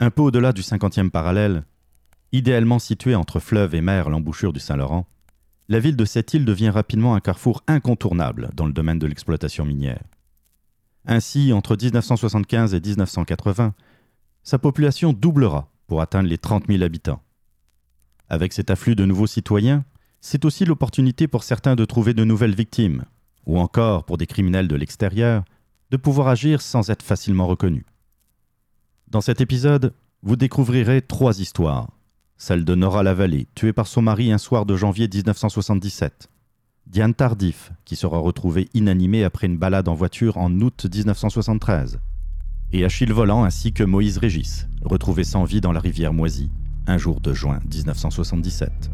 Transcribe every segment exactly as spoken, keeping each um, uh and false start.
Un peu au-delà du cinquantième parallèle, idéalement située entre fleuve et mer à l'embouchure du Saint-Laurent, la ville de Sept-Îles devient rapidement un carrefour incontournable dans le domaine de l'exploitation minière. Ainsi, entre dix-neuf cent soixante-quinze et dix-neuf cent quatre-vingts, sa population doublera pour atteindre les trente mille habitants. Avec cet afflux de nouveaux citoyens, c'est aussi l'opportunité pour certains de trouver de nouvelles victimes, ou encore pour des criminels de l'extérieur, de pouvoir agir sans être facilement reconnus. Dans cet épisode, vous découvrirez trois histoires. Celle de Nora Lavallée, tuée par son mari un soir de janvier dix-neuf cent soixante-dix-sept. Diane Tardif, qui sera retrouvée inanimée après une balade en voiture en août dix-neuf cent soixante-treize. Et Achille Volant ainsi que Moïse Régis, retrouvé sans vie dans la rivière Moisy, un jour de juin dix-neuf cent soixante-dix-sept.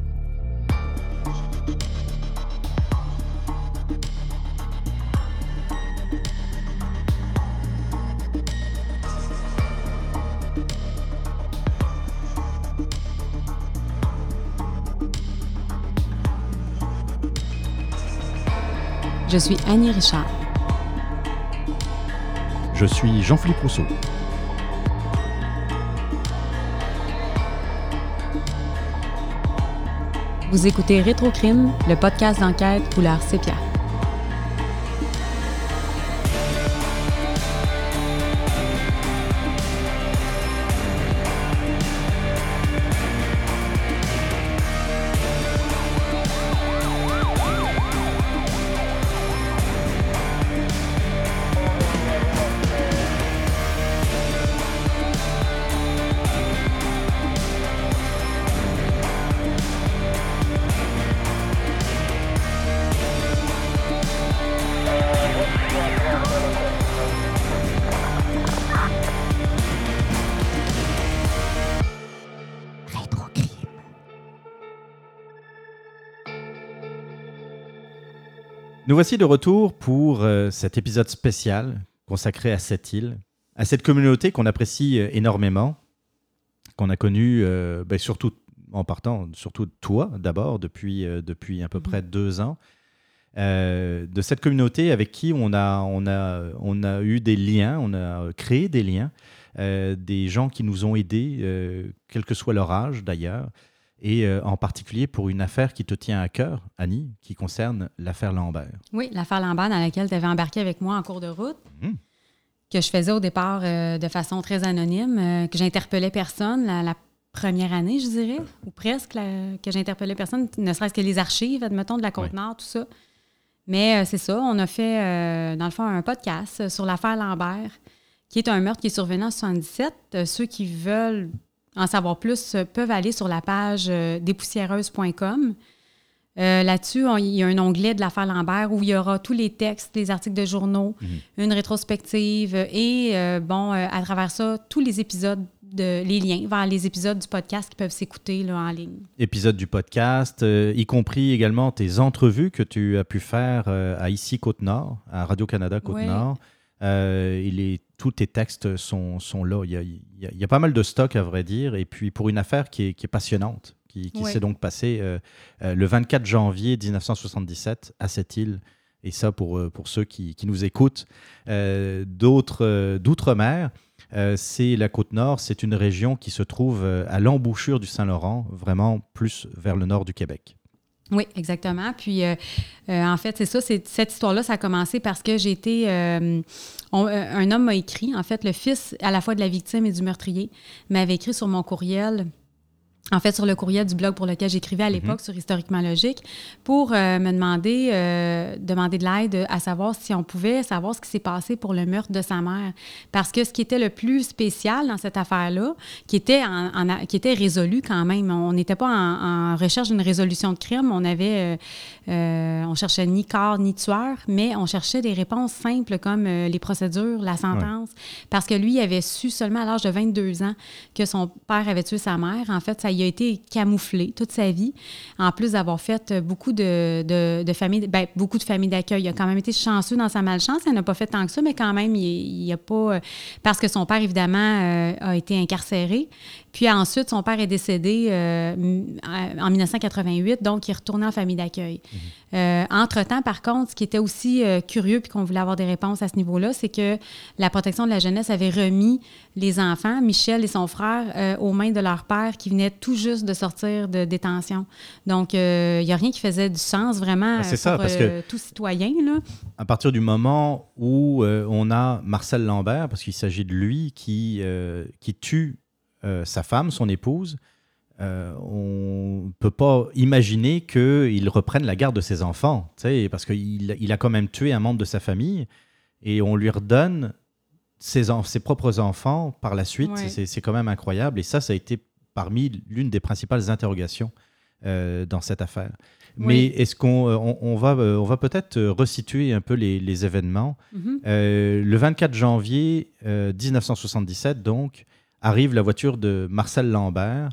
Je suis Annie Richard. Je suis Jean-Philippe Rousseau. Vous écoutez Rétrocrime, le podcast d'enquête couleur sépia. Nous voici de retour pour euh, cet épisode spécial consacré à Sept-Îles, à cette communauté qu'on apprécie euh, énormément, qu'on a connue euh, ben, surtout en partant, surtout toi d'abord, depuis, euh, depuis à peu près deux ans, euh, de cette communauté avec qui on a, on a, on a eu des liens, on a créé des liens, euh, des gens qui nous ont aidés, euh, quel que soit leur âge d'ailleurs, et euh, en particulier pour une affaire qui te tient à cœur, Annie, qui concerne l'affaire Lambert. Oui, l'affaire Lambert dans laquelle tu avais embarqué avec moi en cours de route, Mmh. que je faisais au départ euh, de façon très anonyme, euh, que j'interpellais personne la, la première année, je dirais, ou presque, la, que j'interpellais personne, ne serait-ce que les archives, admettons, de la Côte-Nord, tout ça. Mais euh, c'est ça, on a fait, euh, dans le fond, un podcast sur l'affaire Lambert, qui est un meurtre qui est survenu en soixante-dix-sept. Euh, ceux qui veulent en savoir plus euh, peuvent aller sur la page euh, despoussiéreuses point com. Euh, là-dessus, on, il y a un onglet de l'affaire Lambert où il y aura tous les textes, les articles de journaux, mm-hmm. une rétrospective et, euh, bon, euh, à travers ça, tous les épisodes, de, les liens vers les épisodes du podcast qui peuvent s'écouter là, en ligne. Épisodes du podcast, euh, y compris également tes entrevues que tu as pu faire euh, à Ici Côte-Nord, à Radio-Canada Côte-Nord. Oui. Euh, il est, tous tes textes sont, sont là. Il y, a, il, y a, il y a pas mal de stock, à vrai dire. Et puis, pour une affaire qui est, qui est passionnante, qui, qui oui. s'est donc passée euh, euh, le vingt-quatre janvier dix-neuf cent soixante-dix-sept à Sept-Îles. Et ça, pour, pour ceux qui, qui nous écoutent euh, d'autres, euh, d'outre-mer, euh, c'est la Côte-Nord. C'est une région qui se trouve à l'embouchure du Saint-Laurent, vraiment plus vers le nord du Québec. Oui, exactement. Puis, euh, euh, en fait, c'est ça. C'est, cette histoire-là, ça a commencé parce que j'ai été... Euh, on, euh, un homme m'a écrit, en fait, le fils à la fois de la victime et du meurtrier, m'avait écrit sur mon courriel... En fait, sur le courriel du blog pour lequel j'écrivais à l'époque mm-hmm. sur Historiquement Logique, pour euh, me demander, euh, demander de l'aide à savoir si on pouvait savoir ce qui s'est passé pour le meurtre de sa mère. Parce que ce qui était le plus spécial dans cette affaire-là, qui était, en, en, qui était résolu quand même, on n'était pas en, en recherche d'une résolution de crime, on avait, euh, euh, on cherchait ni corps ni tueur, mais on cherchait des réponses simples comme euh, les procédures, la sentence, ouais. parce que lui, il avait su seulement à l'âge de vingt-deux ans que son père avait tué sa mère. En fait, ça il a été camouflé toute sa vie, en plus d'avoir fait beaucoup de, de, de familles, ben, beaucoup de familles d'accueil. Il a quand même été chanceux dans sa malchance. Il n'a pas fait tant que ça, mais quand même, il n'a pas... Parce que son père, évidemment, euh, a été incarcéré. Puis ensuite, son père est décédé euh, en dix-neuf cent quatre-vingt-huit, donc il est retourné en famille d'accueil. Mmh. Euh, entre-temps, par contre, ce qui était aussi euh, curieux puis qu'on voulait avoir des réponses à ce niveau-là, c'est que la protection de la jeunesse avait remis les enfants, Michel et son frère, euh, aux mains de leur père qui venait tout juste de sortir de détention. Donc, il euh, n'y a rien qui faisait du sens vraiment ben, c'est pour ça, parce euh, que tout citoyen, là. À partir du moment où euh, on a Marcel Lambert, parce qu'il s'agit de lui qui, euh, qui tue euh, sa femme, son épouse, Euh, on ne peut pas imaginer qu'il reprenne la garde de ses enfants, parce qu'il il a quand même tué un membre de sa famille et on lui redonne ses, en, ses propres enfants par la suite. Ouais. C'est, c'est quand même incroyable. Et ça, ça a été parmi l'une des principales interrogations euh, dans cette affaire. Oui. Mais est-ce qu'on on, on va, on va peut-être resituer un peu les, les événements. Mm-hmm. Euh, le vingt-quatre janvier euh, dix-neuf cent soixante-dix-sept, donc, arrive la voiture de Marcel Lambert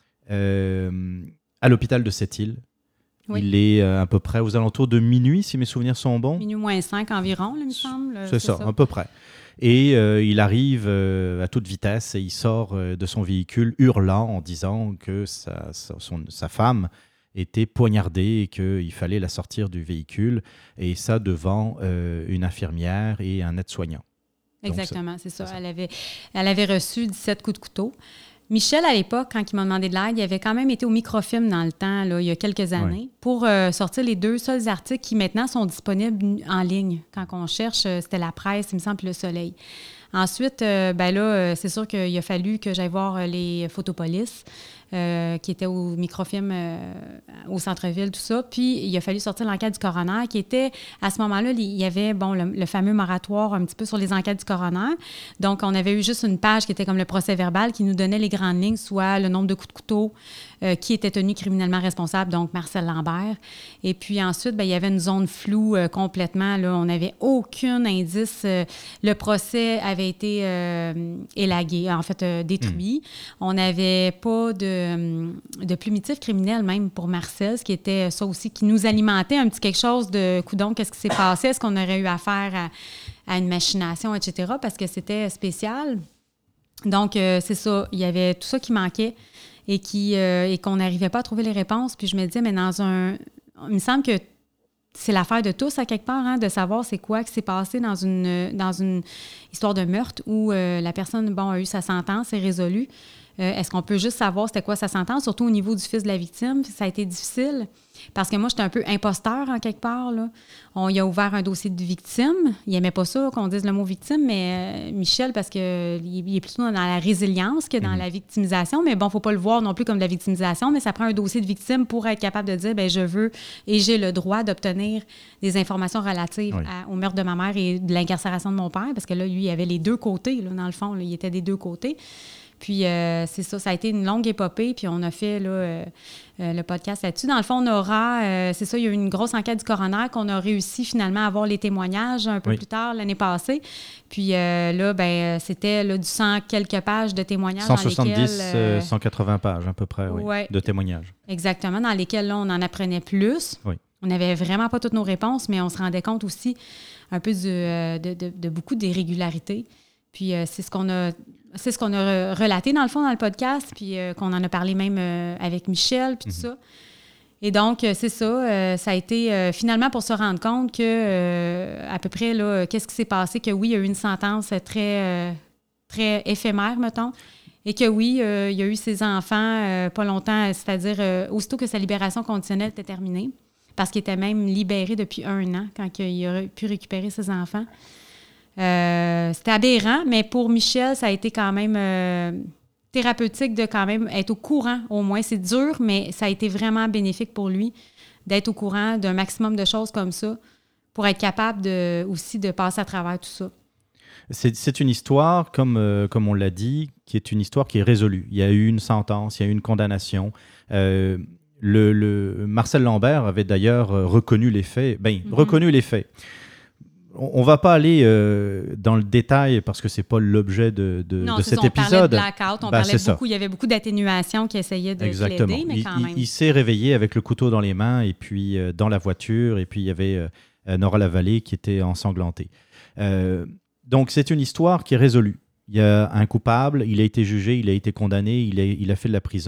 Euh, à l'hôpital de Sept-Îles. Oui. Il est euh, à peu près aux alentours de minuit, si mes souvenirs sont bons. Minuit moins cinq environ, là, il me semble. C'est, c'est ça, ça, à peu près. Et euh, il arrive euh, à toute vitesse et il sort euh, de son véhicule hurlant en disant que sa, sa, son, sa femme était poignardée et qu'il fallait la sortir du véhicule. Et ça devant euh, une infirmière et un aide-soignant. Exactement, Donc, c'est, c'est ça. ça. Elle avait, elle avait reçu dix-sept coups de couteau. Michel, à l'époque, quand il m'a demandé de l'aide, il avait quand même été au microfilm dans le temps, là, il y a quelques années, oui. pour euh, sortir les deux seuls articles qui maintenant sont disponibles en ligne. Quand on cherche, c'était La Presse, il me semble, puis Le Soleil. Ensuite, euh, ben là, euh, c'est sûr qu'il a fallu que j'aille voir les Photopolice, euh, qui étaient au microfilm euh, au centre-ville, tout ça. Puis, il a fallu sortir l'enquête du coroner, qui était, à ce moment-là, il y avait, bon, le, le fameux moratoire un petit peu sur les enquêtes du coroner. Donc, on avait eu juste une page qui était comme le procès-verbal, qui nous donnait les grandes lignes, soit le nombre de coups de couteau, euh, qui était tenu criminellement responsable, donc Marcel Lambert. Et puis ensuite, bien, il y avait une zone floue euh, complètement, là. On n'avait aucun indice. Euh, le procès avait été euh, élagué, en fait, euh, détruit. Mmh. On n'avait pas de, de plumitif criminel même pour Marcel, ce qui était ça aussi, qui nous alimentait un petit quelque chose de coudon, qu'est-ce qui s'est passé? Est-ce qu'on aurait eu affaire à, à une machination, et cetera, parce que c'était spécial. Donc, euh, c'est ça. Il y avait tout ça qui manquait et, qui, euh, et qu'on n'arrivait pas à trouver les réponses. Puis je me disais, mais dans un... Il me semble que c'est l'affaire de tous, à quelque part, hein, de savoir c'est quoi qui s'est passé dans une, dans une histoire de meurtre où euh, la personne, bon, a eu sa sentence, est résolue. Euh, est-ce qu'on peut juste savoir c'était quoi sa sentence, surtout au niveau du fils de la victime? Ça a été difficile parce que moi, j'étais un peu imposteur en quelque part, là. On y a ouvert un dossier de victime. Il n'aimait pas ça qu'on dise le mot victime, mais euh, Michel, parce qu'il est plutôt dans la résilience que dans mmh. la victimisation. Mais bon, il ne faut pas le voir non plus comme de la victimisation, mais ça prend un dossier de victime pour être capable de dire, bien, je veux et j'ai le droit d'obtenir des informations relatives oui. à, au meurtre de ma mère et de l'incarcération de mon père, parce que là, lui, il avait les deux côtés, là, dans le fond, là, il était des deux côtés. Puis, euh, c'est ça, ça a été une longue épopée, puis on a fait là, euh, euh, le podcast là-dessus. Dans le fond, on aura, euh, c'est ça, il y a eu une grosse enquête du coroner qu'on a réussi finalement à avoir les témoignages un peu oui. plus tard, l'année passée. Puis euh, là, ben c'était là, du cent quelques pages de témoignages. cent soixante-dix, dans lesquels, euh, cent quatre-vingts pages à peu près, oui, ouais, de témoignages. Exactement, dans lesquels là, on en apprenait plus. Oui. On n'avait vraiment pas toutes nos réponses, mais on se rendait compte aussi un peu du, euh, de, de, de beaucoup d'irrégularités. Puis euh, c'est ce qu'on a... C'est ce qu'on a relaté, dans le fond, dans le podcast, puis euh, qu'on en a parlé même euh, avec Michel, puis tout mm-hmm. ça. Et donc, euh, c'est ça. Euh, ça a été euh, finalement pour se rendre compte que, euh, à peu près, là, qu'est-ce qui s'est passé, que oui, il y a eu une sentence très, euh, très éphémère, mettons, et que oui, euh, il y a eu ses enfants euh, pas longtemps, c'est-à-dire euh, aussitôt que sa libération conditionnelle était terminée, parce qu'il était même libéré depuis un an quand il a pu récupérer ses enfants. Euh, c'était aberrant, mais pour Michel, ça a été quand même euh, thérapeutique de quand même être au courant, au moins. C'est dur, mais ça a été vraiment bénéfique pour lui d'être au courant d'un maximum de choses comme ça pour être capable de, aussi de passer à travers tout ça. C'est, c'est une histoire, comme, euh, comme on l'a dit, qui est une histoire qui est résolue. Il y a eu une sentence, il y a eu une condamnation. Euh, le, le, Marcel Lambert avait d'ailleurs reconnu les faits. Ben, mm-hmm. reconnu les faits. On ne va pas aller euh, dans le détail parce que ce n'est pas l'objet de, de, non, de cet ça, on épisode. On parlait de blackout, on ben, parlait beaucoup, il y avait beaucoup d'atténuation qui essayait de Exactement. plaider, mais quand il, même. Il, il s'est réveillé avec le couteau dans les mains et puis euh, dans la voiture, et puis il y avait euh, Nora Lavallée qui était ensanglantée. Euh, donc c'est une histoire qui est résolue. Il y a un coupable, il a été jugé, il a été condamné, il a, il a fait de la prison.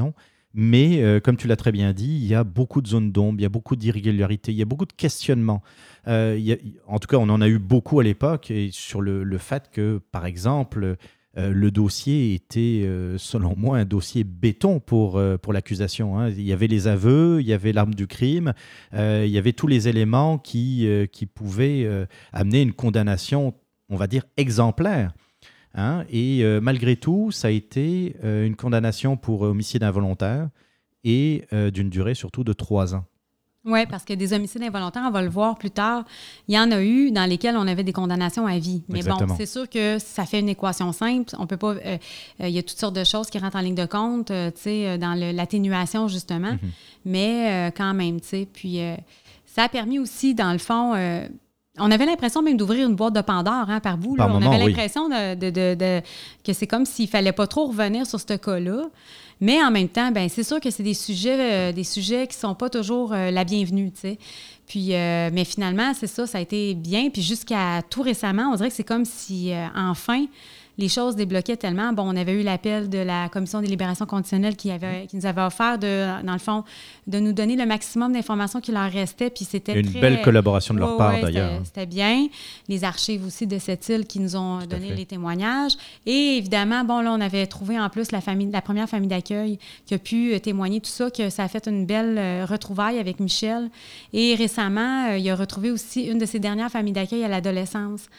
Mais, euh, comme tu l'as très bien dit, il y a beaucoup de zones d'ombre, il y a beaucoup d'irrégularités, il y a beaucoup de questionnements. Euh, il y a, en tout cas, on en a eu beaucoup à l'époque et sur le, le fait que, par exemple, euh, le dossier était, euh, selon moi, un dossier béton pour, euh, pour l'accusation. Hein. Il y avait les aveux, il y avait l'arme du crime, euh, il y avait tous les éléments qui, euh, qui pouvaient euh, amener une condamnation, on va dire, exemplaire. Hein, et euh, malgré tout, ça a été euh, une condamnation pour homicide involontaire et euh, d'une durée surtout de trois ans. Oui, parce que des homicides involontaires, on va le voir plus tard, il y en a eu dans lesquels on avait des condamnations à vie. Mais Exactement. bon, c'est sûr que ça fait une équation simple. On peut pas. Euh, euh, il y a toutes sortes de choses qui rentrent en ligne de compte, euh, tu sais, dans le, l'atténuation, justement. Mm-hmm. Mais euh, quand même, tu sais. Puis euh, ça a permis aussi, dans le fond. Euh, On avait l'impression même d'ouvrir une boîte de Pandore hein, par bout. Là. Par On moment, avait oui. l'impression de, de, de, de, que c'est comme s'il ne fallait pas trop revenir sur ce cas-là. Mais en même temps, ben c'est sûr que c'est des sujets, euh, des sujets qui ne sont pas toujours euh, la bienvenue. T'sais. Puis, euh, mais finalement, c'est ça, ça a été bien. Puis jusqu'à tout récemment, on dirait que c'est comme si, euh, enfin, les choses débloquaient tellement. Bon, on avait eu l'appel de la Commission des libérations conditionnelles qui, avait, qui nous avait offert, de, dans le fond, de nous donner le maximum d'informations qui leur restait. Puis c'était Une très... belle collaboration de leur ouais, part, ouais, d'ailleurs. C'était, c'était bien. Les archives aussi de cette île qui nous ont Tout donné les témoignages. Et évidemment, bon, là, on avait trouvé en plus la, famille, la première famille d'accueil qui a pu témoigner tout ça, que ça a fait une belle euh, retrouvaille avec Michel. Et récemment, euh, il a retrouvé aussi une de ses dernières familles d'accueil à l'adolescence.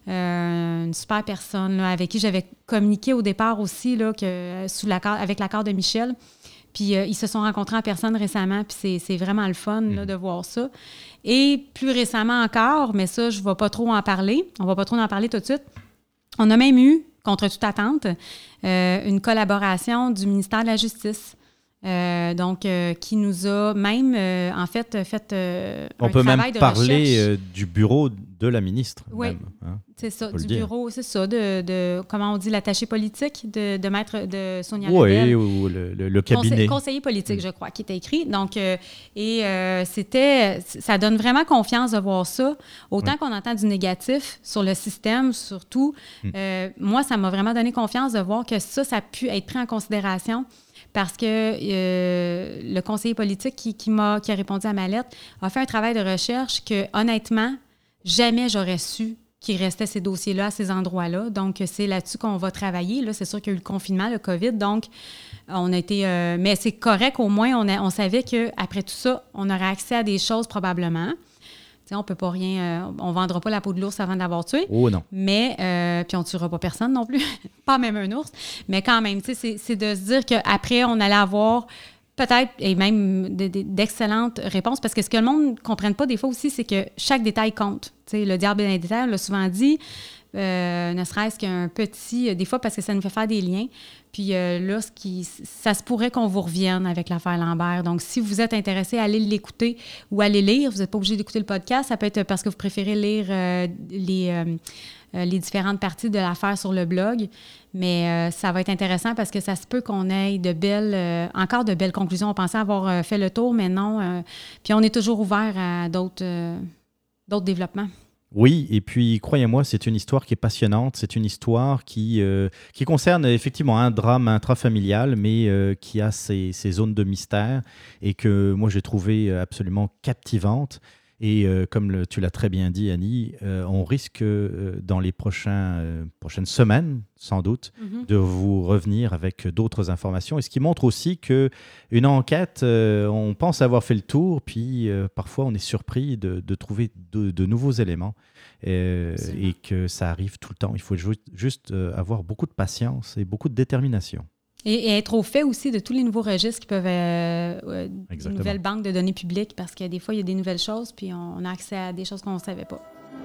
Euh, une super personne là, avec qui j'avais communiqué au départ aussi là, que, sous l'accord, avec l'accord de Michel. Puis euh, ils se sont rencontrés en personne récemment, puis c'est, c'est vraiment le fun là, mmh. de voir ça. Et plus récemment encore, mais ça, je ne vais pas trop en parler, on ne va pas trop en parler tout de suite, on a même eu, contre toute attente, euh, une collaboration du ministère de la Justice. Euh, donc, euh, qui nous a même, euh, en fait, fait euh, on un peut travail même de parler recherche. Euh, du bureau de la ministre. Oui, même, hein, c'est ça, du bureau, c'est ça, de, de, comment on dit, l'attaché politique de, de maître de Sonia oui, Lebel. Oui, ou le, le, le cabinet. Conseil, conseiller politique, mmh. je crois, qui était écrit. Donc, euh, et euh, c'était, ça donne vraiment confiance de voir ça. Autant oui. qu'on entend du négatif sur le système, surtout, mmh. euh, moi, ça m'a vraiment donné confiance de voir que ça, ça a pu être pris en considération. Parce que euh, le conseiller politique qui, qui, m'a, qui a répondu à ma lettre a fait un travail de recherche que, honnêtement, jamais j'aurais su qu'il restait ces dossiers-là à ces endroits-là. Donc, c'est là-dessus qu'on va travailler. Là, c'est sûr qu'il y a eu le confinement, le COVID. Donc, on a été... Euh, mais c'est correct, au moins, on, a, on savait qu'après tout ça, on aurait accès à des choses probablement. T'sais, on peut pas rien... Euh, on vendra pas la peau de l'ours avant de l'avoir tué. Oh non. Mais... Euh, puis on tuera pas personne non plus. Pas même un ours. Mais quand même, tu sais, c'est, c'est de se dire qu'après, on allait avoir peut-être, et même de, de, d'excellentes réponses. Parce que ce que le monde ne comprenne pas des fois aussi, c'est que chaque détail compte. Tu sais, le diable est dans les détails, on l'a souvent dit. Euh, ne serait-ce qu'un petit... Des fois, parce que ça nous fait faire des liens. Puis euh, là, ce qui, ça se pourrait qu'on vous revienne avec l'affaire Lambert. Donc, si vous êtes intéressé, allez l'écouter ou allez lire. Vous n'êtes pas obligé d'écouter le podcast. Ça peut être parce que vous préférez lire euh, les, euh, les différentes parties de l'affaire sur le blog. Mais euh, ça va être intéressant parce que ça se peut qu'on ait de belles, euh, encore de belles conclusions. On pensait avoir euh, fait le tour, mais non. Euh, puis on est toujours ouvert à d'autres, euh, d'autres développements. Oui, et puis croyez-moi, c'est une histoire qui est passionnante, c'est une histoire qui, euh, qui concerne effectivement un drame intrafamilial, mais euh, qui a ses, ses zones de mystère et que moi j'ai trouvé absolument captivante. Et euh, comme le, tu l'as très bien dit, Annie, euh, on risque euh, dans les prochains, euh, prochaines semaines, sans doute, mm-hmm. de vous revenir avec d'autres informations. Et ce qui montre aussi qu'une enquête, euh, on pense avoir fait le tour, puis euh, parfois on est surpris de, de trouver de, de nouveaux éléments euh, et que ça arrive tout le temps. Il faut ju- juste euh, avoir beaucoup de patience et beaucoup de détermination. Et, et être au fait aussi de tous les nouveaux registres qui peuvent... Euh, euh, des nouvelles banques de données publiques, parce que des fois, il y a des nouvelles choses, puis on, on a accès à des choses qu'on ne savait pas.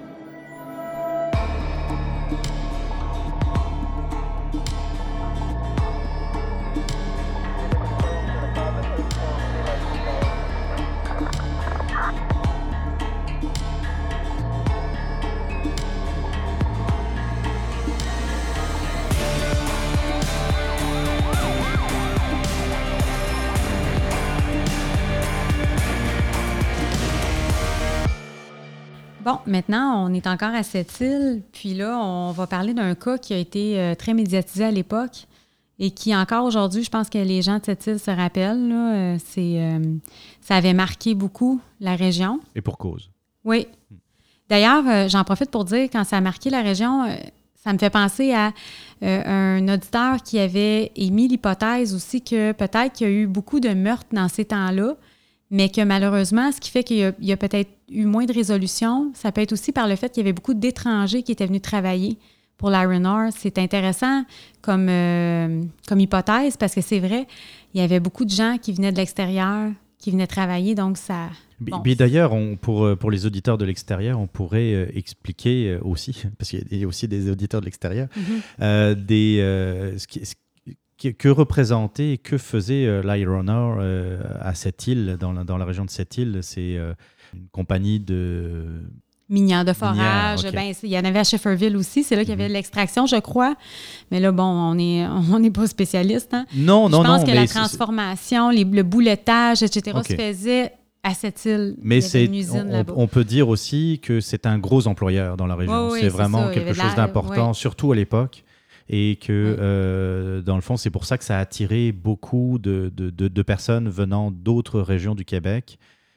Bon, maintenant, on est encore à cette île, puis là, on va parler d'un cas qui a été euh, très médiatisé à l'époque et qui, encore aujourd'hui, je pense que les gens de cette île se rappellent, là, euh, c'est, euh, ça avait marqué beaucoup la région. Et pour cause. Oui. D'ailleurs, euh, j'en profite pour dire, quand ça a marqué la région, euh, ça me fait penser à euh, un auditeur qui avait émis l'hypothèse aussi que peut-être qu'il y a eu beaucoup de meurtres dans ces temps-là, mais que malheureusement, ce qui fait qu'il y a, il y a peut-être eu moins de résolutions, ça peut être aussi par le fait qu'il y avait beaucoup d'étrangers qui étaient venus travailler pour l'Iron Ore. C'est intéressant comme, euh, comme hypothèse parce que c'est vrai, il y avait beaucoup de gens qui venaient de l'extérieur, qui venaient travailler, donc ça... Bon. Bon, D'ailleurs, on, pour, pour les auditeurs de l'extérieur, on pourrait euh, expliquer aussi, parce qu'il y a aussi des auditeurs de l'extérieur, mm-hmm. euh, des, euh, ce qui, ce qui, que représentait et que faisait euh, l'Iron Ore euh, à cette île, dans la, dans la région de cette île. C'est euh, une compagnie de... Minière de forage. Okay. Ben, il y en avait à Shefferville aussi. C'est là qu'il y avait de l'extraction, je crois. Mais là, bon, on n'est on est pas spécialiste. Hein? Non, non, non. Je pense non, que mais la transformation, les, le boulettage, et cetera, okay. se faisait à cette île. Mais c'est, une usine on, là-bas. on peut dire aussi que c'est un gros employeur dans la région. Oui, oui, c'est vraiment ça. quelque chose la... d'important, oui. surtout à l'époque. Et que, oui. euh, dans le fond, c'est pour ça que ça a attiré beaucoup de, de, de, de personnes venant d'autres régions du Québec.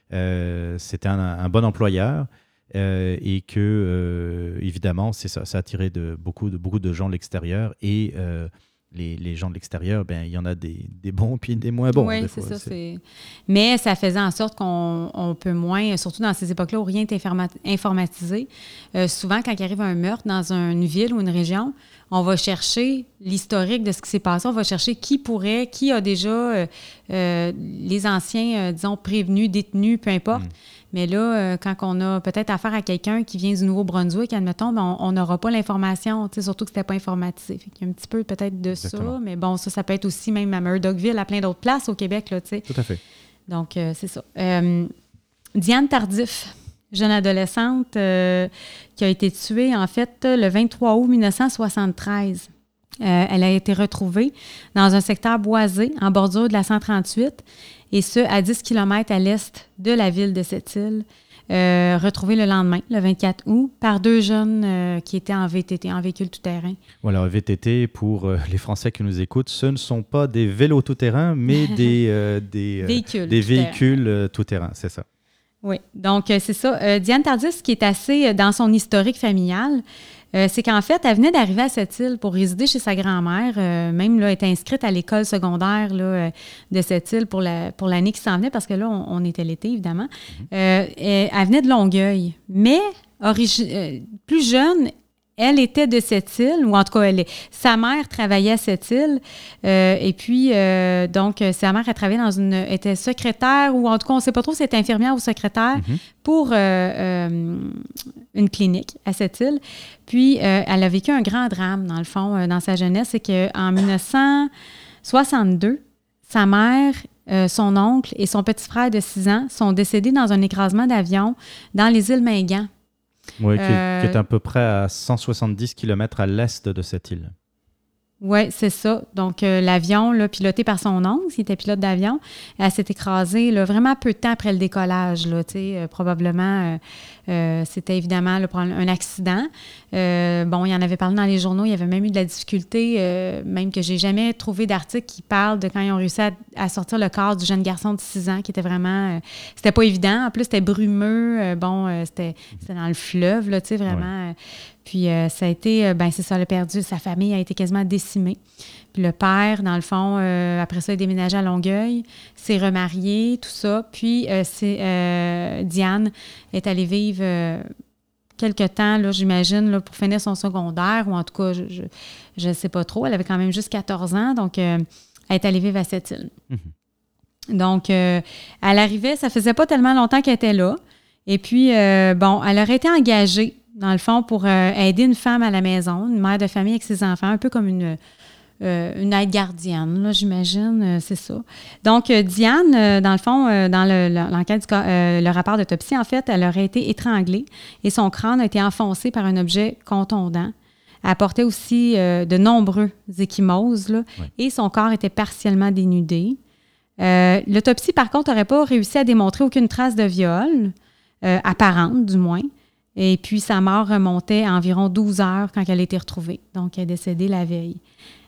Euh, c'était un, un bon employeur. Euh, et que, euh, évidemment, c'est ça, ça a attiré de, beaucoup, de, beaucoup de gens de l'extérieur. Et euh, les, les gens de l'extérieur, ben, il y en a des, des bons puis des moins bons. Oui, des c'est fois, ça. c'est... C'est... Mais ça faisait en sorte qu'on on peut moins, surtout dans ces époques-là où rien n'est informatisé. Euh, souvent, quand il arrive un meurtre dans une ville ou une région, on va chercher l'historique de ce qui s'est passé. On va chercher qui pourrait, qui a déjà euh, euh, les anciens, euh, disons, prévenus, détenus, peu importe. Mm. Mais là, euh, quand on a peut-être affaire à quelqu'un qui vient du Nouveau-Brunswick, admettons, ben on n'aura pas l'information, surtout que ce n'était pas informatisé. Fait qu'il y a un petit peu peut-être de Exactement. ça, mais bon, ça, ça peut être aussi même à Murdochville, à plein d'autres places au Québec, là, tu sais. Tout à fait. Donc, euh, c'est ça. Euh, Diane Tardif, jeune adolescente euh, qui a été tuée, en fait, le vingt-trois août mille neuf cent soixante-treize. Euh, elle a été retrouvée dans un secteur boisé, en bordure de la cent trente-huit, et ce, à dix kilomètres à l'est de la ville de cette île, euh, retrouvée le lendemain, le vingt-quatre août, par deux jeunes euh, qui étaient en V T T, en véhicule tout-terrain. Voilà, V T T, pour euh, les Français qui nous écoutent, ce ne sont pas des vélos tout-terrain, mais des, euh, des, euh, véhicules, des tout véhicules euh, tout-terrain, c'est ça. Oui, donc euh, c'est ça. Euh, Diane Tardif, ce qui est assez euh, dans son historique familial, euh, c'est qu'en fait, elle venait d'arriver à cette île pour résider chez sa grand-mère. Euh, même, là, elle était inscrite à l'école secondaire là, euh, de cette île pour, la, pour l'année qui s'en venait, parce que là, on, on était l'été, évidemment. Mm-hmm. Euh, elle, elle venait de Longueuil. Mais, origi- euh, plus jeune, elle était de cette île, ou en tout cas, elle, sa mère travaillait à cette île. Euh, et puis, euh, donc, sa mère, elle travaillait dans une... était secrétaire, ou en tout cas, on ne sait pas trop si elle était infirmière ou secrétaire, mm-hmm. pour euh, euh, une clinique à cette île. Puis, euh, elle a vécu un grand drame, dans le fond, euh, dans sa jeunesse. C'est qu'en mille neuf cent soixante-deux, sa mère, euh, son oncle et son petit frère de six ans sont décédés dans un écrasement d'avion dans les îles Mingan. Oui, qui, euh, qui est à peu près à cent soixante-dix kilomètres à l'est de cette île. Oui, c'est ça. Donc, euh, l'avion, là, piloté par son oncle, qui était pilote d'avion, elle s'est écrasée là, vraiment peu de temps après le décollage. Là, euh, probablement, euh, euh, c'était évidemment là, un accident. Euh, bon, il y en avait parlé dans les journaux. Il y avait même eu de la difficulté, euh, même que j'ai jamais trouvé d'article qui parle de quand ils ont réussi à, à sortir le corps du jeune garçon de six ans, qui était vraiment... Euh, c'était pas évident. En plus, c'était brumeux. Euh, bon, euh, c'était, c'était dans le fleuve, là, tu sais, vraiment... Ouais. Euh, Puis euh, ça a été, euh, ben c'est ça, elle a perdu, sa famille a été quasiment décimée. Puis le père, dans le fond, euh, après ça, il a déménagé à Longueuil, s'est remarié, tout ça. Puis euh, c'est, euh, Diane est allée vivre euh, quelque temps, là, j'imagine, là, pour finir son secondaire, ou en tout cas, je ne sais pas trop. Elle avait quand même juste quatorze ans, donc euh, elle est allée vivre à cette île. Mm-hmm. Donc, euh, elle arrivait, ça faisait pas tellement longtemps qu'elle était là. Et puis, euh, bon, elle aurait été engagée dans le fond, pour euh, aider une femme à la maison, une mère de famille avec ses enfants, un peu comme une, euh, une aide gardienne, là, j'imagine, euh, c'est ça. Donc, euh, Diane, euh, dans le fond, euh, dans le, l'enquête, du, euh, le rapport d'autopsie, en fait, elle aurait été étranglée et son crâne a été enfoncé par un objet contondant. Elle portait aussi euh, de nombreux ecchymoses, là, oui. Et son corps était partiellement dénudé. Euh, l'autopsie, par contre, n'aurait pas réussi à démontrer aucune trace de viol, euh, apparente du moins. Et puis, sa mort remontait à environ douze heures quand elle a été retrouvée. Donc, elle est décédée la veille.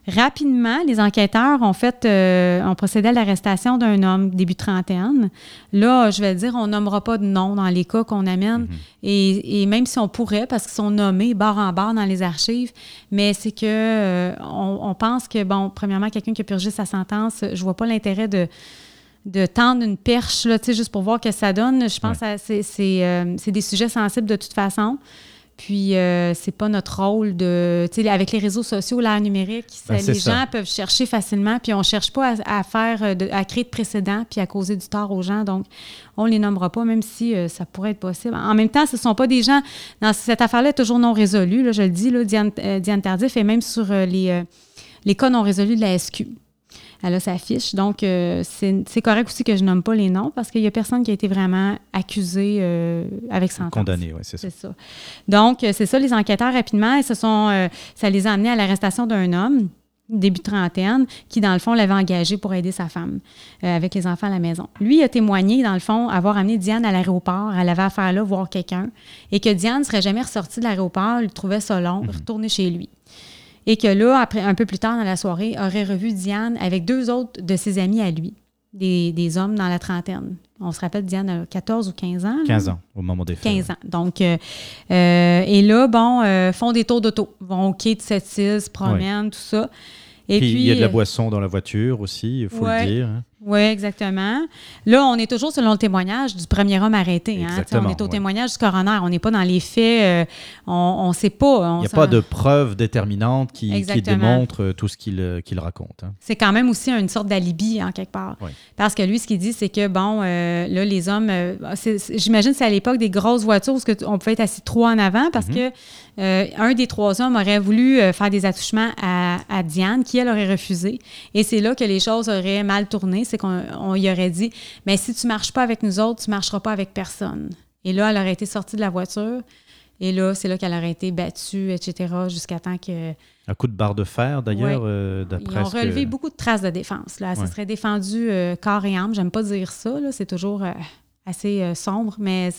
Rapidement, les enquêteurs ont fait, euh, ont procédé à l'arrestation d'un homme début trentaine. Là, je vais dire, on nommera pas de nom dans les cas qu'on amène, mm-hmm. et, et même si on pourrait, parce qu'ils sont nommés barre en barre dans les archives, mais c'est que euh, on, on pense que, bon, premièrement, quelqu'un qui a purgé sa sentence, je vois pas l'intérêt de de tendre une perche, là, tu sais, juste pour voir que ça donne. Je pense ouais. que c'est, c'est, euh, c'est des sujets sensibles de toute façon. Puis, euh, c'est pas notre rôle de... Tu sais, avec les réseaux sociaux, l'ère numérique, ben, les gens ça. peuvent chercher facilement, puis on cherche pas à, à faire, de, à créer de précédents, puis à causer du tort aux gens. Donc, on les nommera pas, même si euh, ça pourrait être possible. En même temps, ce sont pas des gens... Dans cette affaire-là, est toujours non résolue, là, je le dis, là, Diane, euh, Diane Tardif est même sur euh, les, euh, les cas non résolus de la S Q. Elle a sa fiche. Donc, euh, c'est, c'est correct aussi que je nomme pas les noms parce qu'il y a personne qui a été vraiment accusé euh, avec sentence. Condamné, oui, c'est ça. C'est ça. Donc, c'est ça, les enquêteurs, rapidement, ils se sont, euh, ça les a amenés à l'arrestation d'un homme, début de trentaine, qui, dans le fond, l'avait engagé pour aider sa femme euh, avec les enfants à la maison. Lui a témoigné, dans le fond, avoir amené Diane à l'aéroport. Elle avait affaire là, voir quelqu'un, et que Diane ne serait jamais ressortie de l'aéroport, il trouvait ça long, mm-hmm. retourner chez lui. Et que là, après, un peu plus tard dans la soirée, aurait revu Diane avec deux autres de ses amis à lui, des, des hommes dans la trentaine. On se rappelle, Diane a quatorze ou quinze ans. Là? quinze ans, au moment des faits. quinze ans. Donc, euh, euh, et là, bon, euh, font des tours d'auto, vont au quai de Sept-Îles, se promènent, oui. tout ça. Et puis, puis, il y a de la boisson dans la voiture aussi, il faut ouais, le dire. Hein. Oui, exactement. Là, on est toujours selon le témoignage du premier homme arrêté. Hein? On est au ouais. témoignage du coroner. On n'est pas dans les faits. Euh, on ne sait pas. Il n'y a pas de preuves déterminantes qui, qui démontrent tout ce qu'il, qu'il raconte. Hein. C'est quand même aussi une sorte d'alibi, en quelque part. Oui. Parce que lui, ce qu'il dit, c'est que, bon, euh, là, les hommes... Euh, c'est, c'est, j'imagine que c'est à l'époque des grosses voitures où on pouvait être assis trois en avant parce mm-hmm. que euh, un des trois hommes aurait voulu euh, faire des attouchements à, à Diane, qui, elle, aurait refusé. Et c'est là que les choses auraient mal tourné. C'est qu'on on y aurait dit, mais si tu ne marches pas avec nous autres, tu ne marcheras pas avec personne. Et là, elle aurait été sortie de la voiture. Et là, c'est là qu'elle aurait été battue, et cetera, jusqu'à temps que... Un coup de barre de fer, d'ailleurs, ouais. euh, d'après Ils ont relevé que... beaucoup de traces de défense. Là. Ça ouais. serait défendu euh, corps et âme. J'aime pas dire ça. Là. C'est toujours euh, assez euh, sombre, mais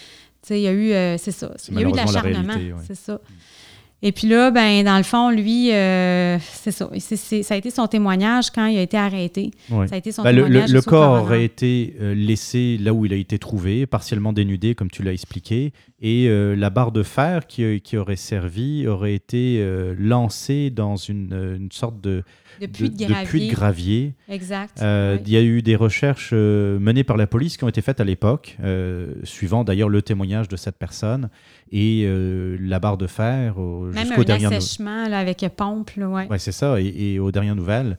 il y a eu, euh, c'est ça. Il y a eu de l'acharnement, la réalité, ouais. c'est ça. Et puis là, ben dans le fond, lui, euh, c'est ça. C'est, c'est, ça a été son témoignage quand il a été arrêté. Ouais. Ça a été son ben témoignage. Le, le, le corps aurait été euh, laissé là où il a été trouvé, partiellement dénudé, comme tu l'as expliqué. Et euh, la barre de fer qui, qui aurait servi aurait été euh, lancée dans une, une sorte de, de, puits de, de, gravier. de puits de gravier. Exact. Euh, oui. Il y a eu des recherches euh, menées par la police qui ont été faites à l'époque, euh, suivant d'ailleurs le témoignage de cette personne. Et euh, la barre de fer au, Même jusqu'aux un dernières assèchement là, avec pompe. Oui, ouais, c'est ça. Et, et aux dernières nouvelles,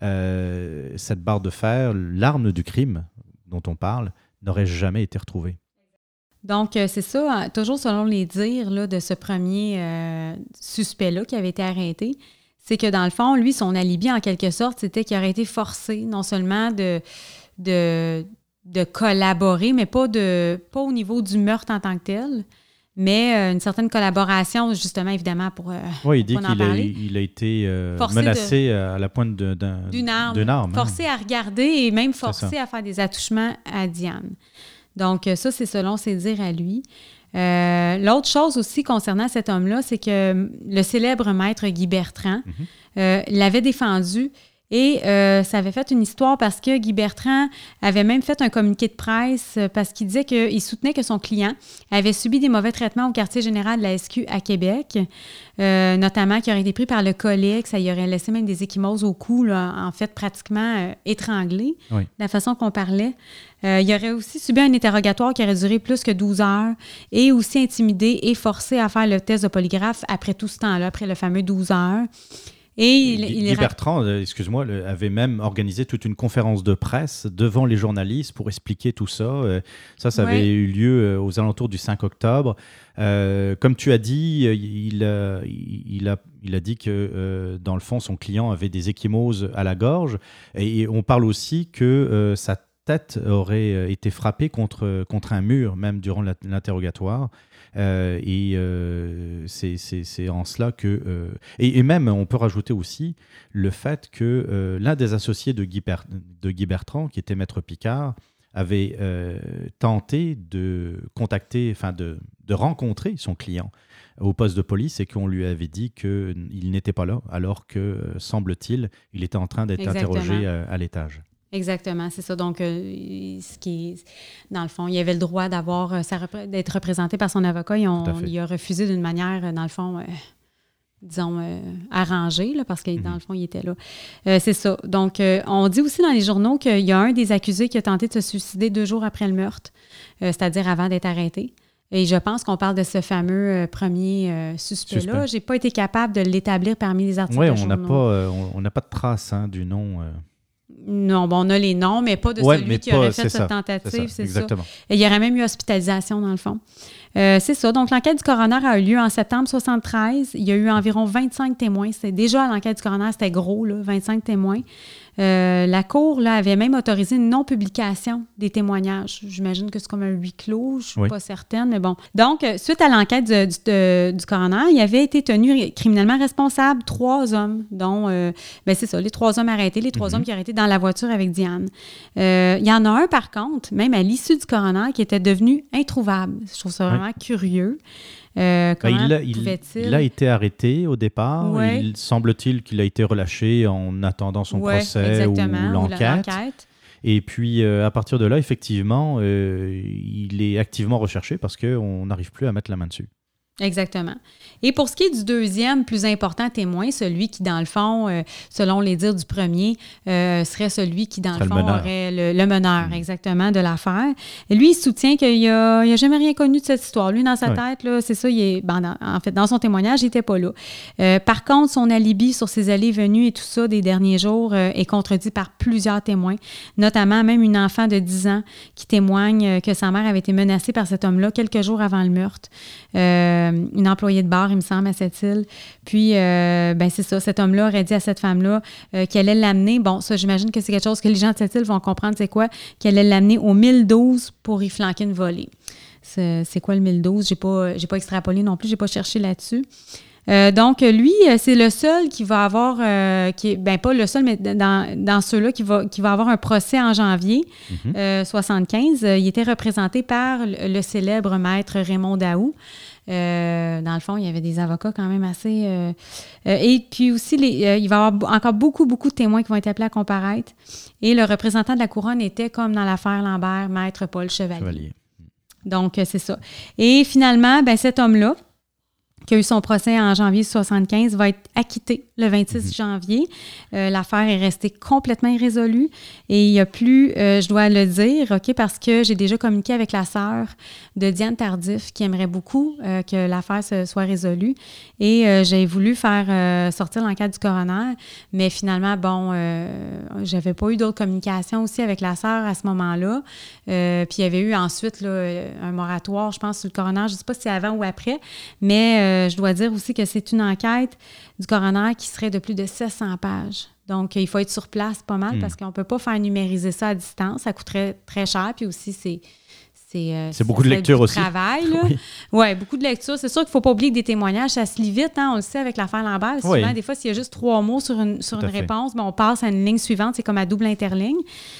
euh, cette barre de fer, l'arme du crime dont on parle, n'aurait jamais été retrouvée. Donc, euh, c'est ça, toujours selon les dires là, de ce premier euh, suspect-là qui avait été arrêté, c'est que dans le fond, lui, son alibi, en quelque sorte, c'était qu'il aurait été forcé non seulement de, de, de collaborer, mais pas, de, pas au niveau du meurtre en tant que tel, mais euh, une certaine collaboration, justement, évidemment, pour euh, oui, il dit pour qu'il a, il a été euh, menacé de, à la pointe de, d'un, d'une arme, d'une arme forcé hein. à regarder et même forcé à faire des attouchements à Diane. Donc, ça, c'est selon ses dires à lui. Euh, l'autre chose aussi concernant cet homme-là, c'est que le célèbre maître Guy Bertrand mm-hmm. euh, l'avait défendu. Et euh, ça avait fait une histoire parce que Guy Bertrand avait même fait un communiqué de presse parce qu'il disait qu'il soutenait que son client avait subi des mauvais traitements au quartier général de la S Q à Québec, euh, notamment qu'il aurait été pris par le collet, que ça y aurait laissé même des ecchymoses au cou, là, en fait pratiquement euh, étranglé, oui. la façon qu'on parlait. Euh, il aurait aussi subi un interrogatoire qui aurait duré plus que douze heures et aussi intimidé et forcé à faire le test de polygraphe après tout ce temps-là, après le fameux douze heures. Et il, Guy, il Guy Bertrand, excuse-moi, avait même organisé toute une conférence de presse devant les journalistes pour expliquer tout ça. Ça, ça avait ouais. eu lieu aux alentours du cinq octobre. Euh, comme tu as dit, il a, il a, il a dit que, euh, dans le fond, son client avait des ecchymoses à la gorge. Et on parle aussi que euh, sa tête aurait été frappée contre, contre un mur, même durant l'interrogatoire. Euh, et euh, c'est, c'est, c'est en cela que... Euh, et, et même, on peut rajouter aussi le fait que euh, l'un des associés de Guy, per, de Guy Bertrand, qui était Maître Picard, avait euh, tenté de contacter, enfin de, de rencontrer son client au poste de police et qu'on lui avait dit qu'il n'était pas là, alors que, euh, semble-t-il, il était en train d'être Exactement. interrogé à, à l'étage. Exactement, c'est ça. Donc, euh, ce qui est, dans le fond, il avait le droit d'avoir, euh, sa repré- d'être représenté par son avocat. Ils ont, il a refusé d'une manière, euh, dans le fond, euh, disons, euh, arrangée, là, parce que, mm-hmm. dans le fond, il était là. Euh, c'est ça. Donc, euh, on dit aussi dans les journaux qu'il y a un des accusés qui a tenté de se suicider deux jours après le meurtre, euh, c'est-à-dire avant d'être arrêté. Et je pense qu'on parle de ce fameux euh, premier euh, suspect-là. Je n'ai pas été capable de l'établir parmi les articles ouais, de on journaux. n'a pas, euh, on n'a pas de trace hein, du nom. Euh... Non, bon, on a les noms, mais pas de ouais, celui qui pas, aurait fait cette ça, tentative, c'est ça. c'est Exactement. ça. Et il y aurait même eu hospitalisation, dans le fond. Euh, c'est ça. Donc, l'enquête du coroner a eu lieu en septembre soixante-treize. Il y a eu environ vingt-cinq témoins. C'était déjà, l'enquête du coroner, c'était gros, là, vingt-cinq témoins. Euh, la Cour là, avait même autorisé une non-publication des témoignages. J'imagine que c'est comme un huis clos, je ne suis oui. pas certaine, mais bon. Donc, suite à l'enquête du, du, de, du coroner, il avait été tenu criminellement responsable trois hommes, dont, euh, ben c'est ça, les trois hommes arrêtés, les trois mm-hmm. hommes qui auraient été dans la voiture avec Diane. Euh, il y en a un, par contre, même à l'issue du coroner, qui était devenu introuvable. Je trouve ça vraiment oui. curieux. Euh, comment il, a, il, il a été arrêté au départ. Ouais. Il semble-t-il qu'il a été relâché en attendant son ouais, procès ou l'enquête. Ou l'enquête. Et puis, euh, à partir de là, effectivement, euh, il est activement recherché parce qu'on n'arrive plus à mettre la main dessus. Exactement. Et pour ce qui est du deuxième plus important témoin, celui qui, dans le fond, euh, selon les dires du premier, euh, serait celui qui, dans le fond, le aurait le, le meneur, mmh. exactement, de l'affaire. Et lui, il soutient qu'il n'a a jamais rien connu de cette histoire. Lui, dans sa ouais. tête, là, c'est ça, il est, ben, dans, en fait, dans son témoignage, il n'était pas là. Euh, par contre, son alibi sur ses allées et venues et tout ça des derniers jours euh, est contredit par plusieurs témoins, notamment même une enfant de dix ans qui témoigne que sa mère avait été menacée par cet homme-là quelques jours avant le meurtre. Euh, une employée de bar, il me semble, à cette île. Puis, euh, ben c'est ça, cet homme-là aurait dit à cette femme-là euh, qu'elle allait l'amener. Bon, ça, j'imagine que c'est quelque chose que les gens de cette île vont comprendre, c'est quoi? Qu'elle allait l'amener au mille douze pour y flanquer une volée. C'est, c'est quoi le mille douze? J'ai pas, j'ai pas extrapolé non plus, j'ai pas cherché là-dessus. Euh, donc, lui, c'est le seul qui va avoir, euh, qui est, ben pas le seul, mais dans, dans ceux-là, qui va, qui va avoir un procès en janvier mm-hmm. euh, soixante-quinze. Il était représenté par le, le célèbre maître Raymond Daou. Euh, dans le fond, il y avait des avocats quand même assez... Euh, euh, et puis aussi, les, euh, il va y avoir encore beaucoup, beaucoup de témoins qui vont être appelés à comparaître. Et le représentant de la couronne était, comme dans l'affaire Lambert, maître Paul Chevalier. Chevalier. Donc, c'est ça. Et finalement, ben, cet homme-là, qui a eu son procès en janvier soixante-quinze, va être acquitté le vingt-six mm-hmm. janvier. Euh, l'affaire est restée complètement irrésolue et il n'y a plus, euh, je dois le dire, OK, parce que j'ai déjà communiqué avec la sœur de Diane Tardif qui aimerait beaucoup euh, que l'affaire se, soit résolue et euh, j'ai voulu faire euh, sortir l'enquête du coroner, mais finalement, bon, euh, j'avais pas eu d'autres communications aussi avec la sœur à ce moment-là. Euh, puis il y avait eu ensuite là, un moratoire, je pense, sur le coroner, je ne sais pas si c'est avant ou après, mais euh, je dois dire aussi que c'est une enquête du coroner qui serait de plus de sept cents pages. Donc, il faut être sur place pas mal mmh. parce qu'on ne peut pas faire numériser ça à distance. Ça coûterait très cher. Puis aussi, c'est... C'est, euh, c'est beaucoup de lecture aussi. Travail, là. Oui, ouais, beaucoup de lecture. C'est sûr qu'il ne faut pas oublier que des témoignages, ça se lit vite. Hein? On le sait avec l'affaire Lambert. Souvent, oui. des fois, s'il y a juste trois mots sur une, sur une réponse, ben, on passe à une ligne suivante. C'est comme à double interligne.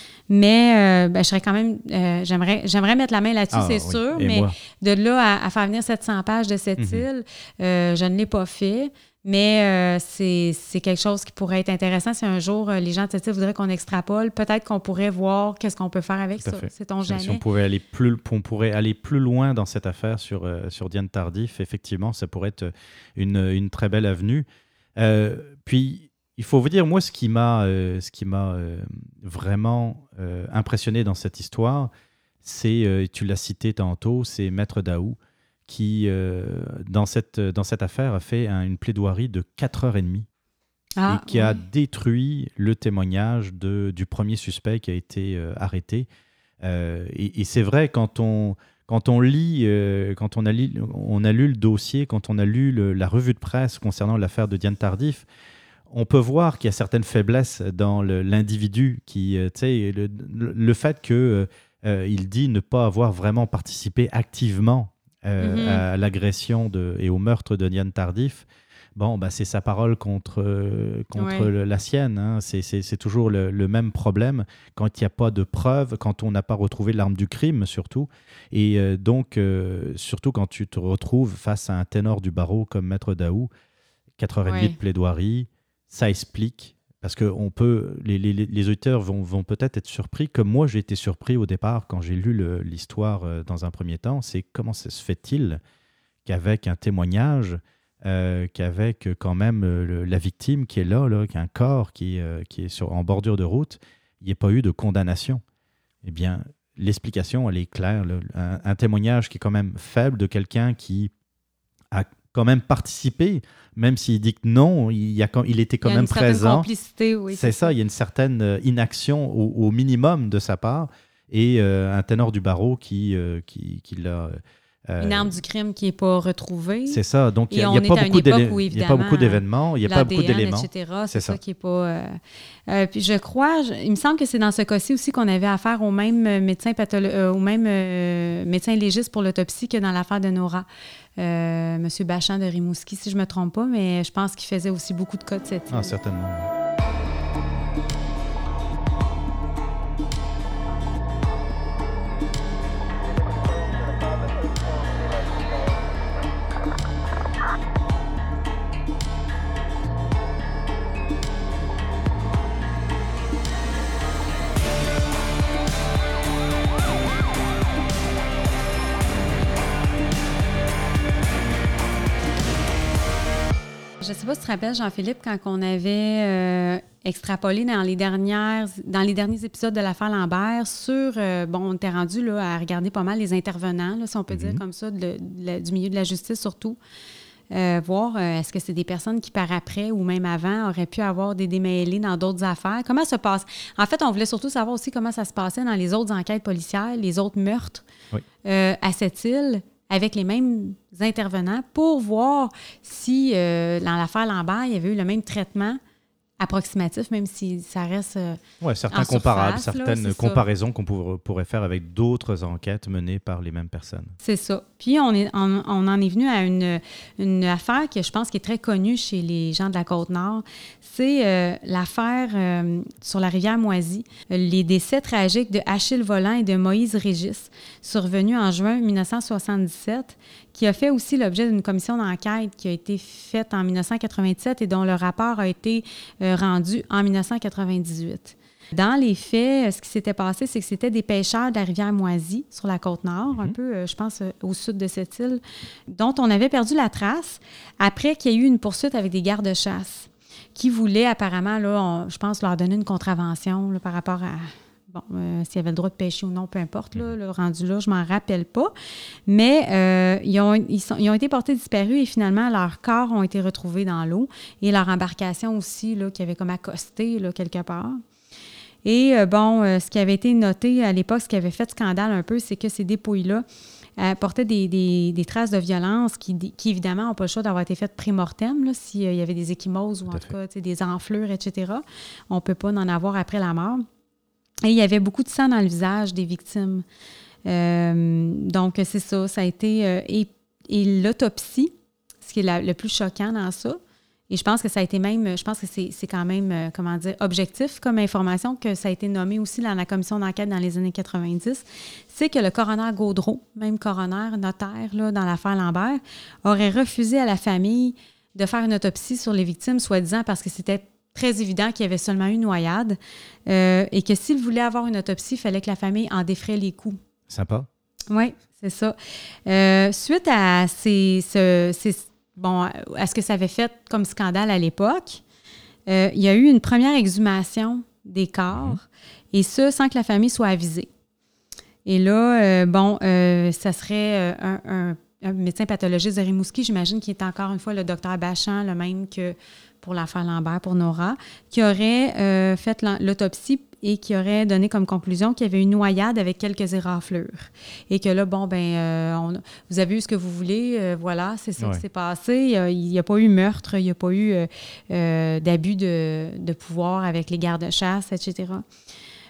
Mais euh, ben, je serais quand même... Euh, j'aimerais, j'aimerais mettre la main là-dessus, ah, c'est oui. sûr. Et mais moi? De là à, à faire venir sept cents pages de cette mm-hmm. île, euh, je ne l'ai pas fait. Mais euh, c'est, c'est quelque chose qui pourrait être intéressant si un jour euh, les gens de cette île voudraient qu'on extrapole. Peut-être qu'on pourrait voir qu'est-ce qu'on peut faire avec ça. C'est-on jamais. Si on, pouvait aller plus, on pourrait aller plus loin dans cette affaire sur, euh, sur Diane Tardif, effectivement, ça pourrait être une, une très belle avenue. Euh, puis... Il faut vous dire, moi, ce qui m'a, euh, ce qui m'a euh, vraiment euh, impressionné dans cette histoire, c'est, euh, tu l'as cité tantôt, c'est Maître Daou qui, euh, dans, cette, dans cette affaire, a fait un, une plaidoirie de quatre heures trente ah, et qui oui. a détruit le témoignage de, du premier suspect qui a été euh, arrêté. Euh, et, et c'est vrai, quand on, quand on lit, euh, quand on a, li, on a lu le dossier, quand on a lu le, la revue de presse concernant l'affaire de Diane Tardif, on peut voir qu'il y a certaines faiblesses dans le, l'individu, qui, euh, tu sais, le, le, le fait qu'il euh, dit ne pas avoir vraiment participé activement euh, mm-hmm. à l'agression de, et au meurtre de Diane Tardif, bon, ben, c'est sa parole contre, euh, contre Ouais. le- la sienne. Hein. C'est, c'est- c'est toujours le, le même problème quand il n'y a pas de preuves, quand on n'a pas retrouvé l'arme du crime, surtout. Et euh, donc, euh, surtout quand tu te retrouves face à un ténor du barreau comme Maître Daou, quatre heures trente Ouais. de plaidoirie, ça explique. Parce que on peut, les, les, les auditeurs vont, vont peut-être être surpris, comme moi j'ai été surpris au départ quand j'ai lu le- l'histoire euh, dans un premier temps, c'est comment ça se fait-il qu'avec un témoignage, euh, qu'avec euh, quand même euh, le- la victime qui est là, là qui a un corps qui, euh, qui est sur, en bordure de route, il n'y ait pas eu de condamnation. Eh bien, l'explication, elle est claire. Là. Un, un témoignage qui est quand même faible de quelqu'un qui a quand même participé, même s'il dit que non, il, y a, quand- il était quand Il y a même une certaine présent. complicité, oui. C'est ça, il y a une certaine euh, inaction au, au minimum de sa part et euh, un ténor du barreau qui, euh, qui, qui l'a... euh, Une arme du crime qui n'est pas retrouvée. c'est ça, donc il Et n'y a, on il y a est pas à une beaucoup époque d'élé- où, il y a pas beaucoup évidemment, d'événements, il n'y a pas beaucoup l'A D N, d'éléments. et cetera. C'est C'est ça, ça. qui n'est pas... euh, euh, puis je crois, je- il me semble que c'est dans ce cas-ci aussi qu'on avait affaire au même euh, médecin, patholo- euh, au même, euh, médecin légiste pour l'autopsie que dans l'affaire de Nora. Euh, Monsieur Bachand de Rimouski, si je ne me trompe pas, mais je pense qu'il faisait aussi beaucoup de cas de cette île. Ah, certainement. Je ne sais pas si tu te rappelles, Jean-Philippe, quand on avait euh, extrapolé dans les, dernières, dans les derniers épisodes de l'affaire Lambert sur... euh, bon, on était rendu là, à regarder pas mal les intervenants, là, si on peut dire Mhm. comme ça, de, de la- du milieu de la justice surtout. Euh, voir euh, est-ce que c'est des personnes qui, par après ou même avant, auraient pu avoir des démêlés dans d'autres affaires. Comment ça se passe? En fait, on voulait surtout savoir aussi comment ça se passait dans les autres enquêtes policières, les autres meurtres Oui. euh, à cette île, avec les mêmes intervenants, pour voir si, euh, dans l'affaire Lambert, il y avait eu le même traitement approximatif, même si ça reste... euh, Ouais, certains en comparables, surface, là, certaines c'est ça. comparaisons qu'on pour- pourrait faire avec d'autres enquêtes menées par les mêmes personnes. C'est ça. Puis on, est, on, on en est venu à une, une affaire que je pense qui est très connue chez les gens de la Côte-Nord. C'est euh, l'affaire euh, sur la rivière Moisy, les décès tragiques de Achille Volant et de Moïse Régis, survenus en juin dix-neuf cent soixante-dix-sept, qui a fait aussi l'objet d'une commission d'enquête qui a été faite en dix-neuf cent quatre-vingt-dix-sept et dont le rapport a été euh, rendu en dix-neuf cent quatre-vingt-dix-huit. Dans les faits, ce qui s'était passé, c'est que c'était des pêcheurs de la rivière Moisy, sur la Côte-Nord, un peu, euh, je pense, euh, au sud de cette île, dont on avait perdu la trace après qu'il y ait eu une poursuite avec des gardes-chasse qui voulaient apparemment, là, on- je pense, leur donner une contravention là, par rapport à... Bon, euh, s'il y avait le droit de pêcher ou non, peu importe, là, le rendu là, je m'en rappelle pas. Mais euh, ils, ont, ils, sont, ils ont été portés disparus et finalement, leurs corps ont été retrouvés dans l'eau et leur embarcation aussi, là, qui avait comme accosté là, quelque part. Et euh, bon, euh, ce qui avait été noté à l'époque, ce qui avait fait scandale un peu, c'est que ces dépouilles-là euh, portaient des, des, des traces de violence qui, qui évidemment, n'ont pas le choix d'avoir été faites pré-mortem, s'il y avait des ecchymoses ou en tout cas tu sais, des enflures, et cetera. On ne peut pas en avoir après la mort. Et il y avait beaucoup de sang dans le visage des victimes. Euh, donc, c'est ça. Ça a été... Euh, et, et l'autopsie, ce qui est la, le plus choquant dans ça, et je pense que ça a été même... Je pense que c'est, c'est quand même, euh, comment dire, objectif comme information, que ça a été nommé aussi dans la commission d'enquête dans les années quatre-vingt-dix, c'est que le coroner Gaudreau, même coroner, notaire, là, dans l'affaire Lambert, aurait refusé à la famille de faire une autopsie sur les victimes, soi-disant parce que c'était très évident qu'il y avait seulement une noyade euh, et que s'il voulait avoir une autopsie, il fallait que la famille en défraie les coûts. Sympa. Oui, c'est ça. Euh, suite à ces, ce, ces, bon, à ce que ça avait fait comme scandale à l'époque, euh, il y a eu une première exhumation des corps, mm-hmm. et ça sans que la famille soit avisée. Et là, euh, bon, euh, ça serait un, un, un médecin pathologiste de Rimouski, j'imagine, qui est encore une fois le docteur Bachand, le même que pour l'affaire Lambert, pour Nora, qui aurait euh, fait l'autopsie et qui aurait donné comme conclusion qu'il y avait une noyade avec quelques éraflures. Et que là, bon, ben, euh, on, vous avez eu ce que vous voulez, euh, voilà, c'est ça ouais. qui s'est passé. Il n'y a, a pas eu meurtre, il n'y a pas eu euh, euh, d'abus de, de pouvoir avec les gardes-chasse, et cetera.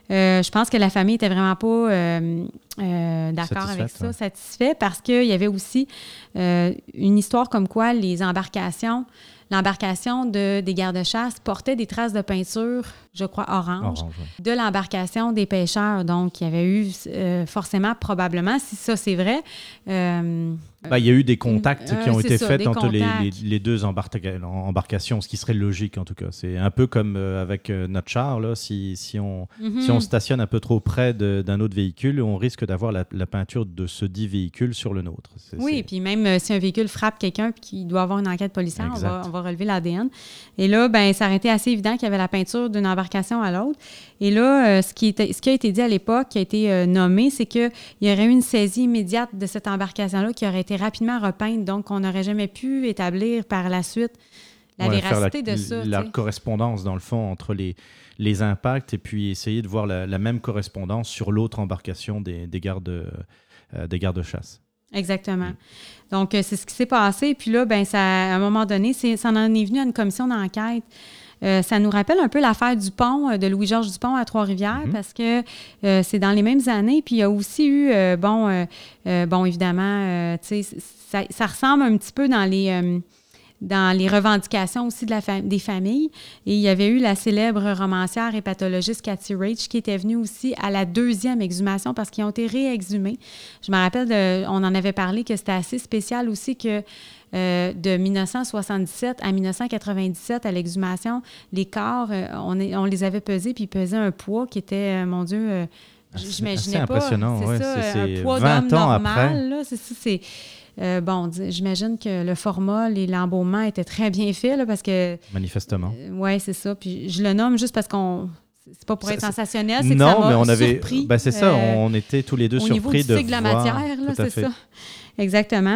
Euh, je pense que la famille était vraiment pas euh, euh, d'accord Satisfaite, avec ça, ouais. satisfait, parce qu'il y avait aussi euh, une histoire comme quoi les embarcations, l'embarcation de, des gardes-chasse portait des traces de peinture, je crois orange, Orange, ouais. de l'embarcation des pêcheurs. Donc, il y avait eu euh, forcément, probablement, si ça c'est vrai... Euh, Ben, il y a eu des contacts euh, qui ont c'est été ça, faits des entre les, les, contacts. les deux embarca- embarcations, ce qui serait logique en tout cas. C'est un peu comme euh, avec euh, notre char, là, si, si, on, Mm-hmm. si on stationne un peu trop près de- d'un autre véhicule, on risque d'avoir la, la peinture de ce dit véhicule sur le nôtre. C'est, Oui, c'est... puis même euh, si un véhicule frappe quelqu'un et qu'il doit avoir une enquête policière, on va, Exact. on va relever l'A D N. Et là, ben, ça aurait été assez évident qu'il y avait la peinture d'une embarcation à l'autre. Et là, euh, ce, qui était, ce qui a été dit à l'époque, qui a été euh, nommé, c'est qu'il y aurait eu une saisie immédiate de cette embarcation-là qui aurait été rapidement repeinte. Donc, on n'aurait jamais pu établir par la suite la Ouais, véracité faire la, de ça. La t'sais. correspondance, dans le fond, entre les, les impacts et puis essayer de voir la, la même correspondance sur l'autre embarcation des, des gardes euh, des gardes-chasse. Exactement. Mm. Donc, euh, c'est ce qui s'est passé. Puis là, ben, ça, à un moment donné, c'est, ça en est venu à une commission d'enquête. Euh, ça nous rappelle un peu l'affaire Dupont, euh, de Louis-Georges Dupont à Trois-Rivières, Mm-hmm. parce que euh, c'est dans les mêmes années. Puis il y a aussi eu, euh, bon, euh, euh, bon, évidemment, euh, tu sais, ça, ça ressemble un petit peu dans les, euh, dans les revendications aussi de la fa- des familles. Et il y avait eu la célèbre romancière et pathologiste Cathy Rach qui était venue aussi à la deuxième exhumation parce qu'ils ont été réexhumés. Je me rappelle, de, on en avait parlé, que c'était assez spécial aussi que Euh, de dix-neuf cent soixante-dix-sept à dix-neuf cent quatre-vingt-dix-sept, à l'exhumation, les corps, euh, on, est, on les avait pesés, puis ils pesaient un poids qui était, euh, mon Dieu, euh, j'imaginais assez pas. impressionnant, C'est ouais, ça, c'est- c'est un poids vingt d'homme ans normal. après. Là, c'est ça, c'est... Euh, bon, j'imagine que le format, les l'embaumement étaient très bien faits, là, parce que... Manifestement. Euh, oui, c'est ça. Puis je le nomme juste parce qu'on... C'est pas pour être Ça, sensationnel, c'est non, que ça m'a mais on avait, surpris. ben c'est ça, euh, on était tous les deux au niveau surpris du de cycle de la voir. matière, là, Tout à c'est fait. ça. Exactement.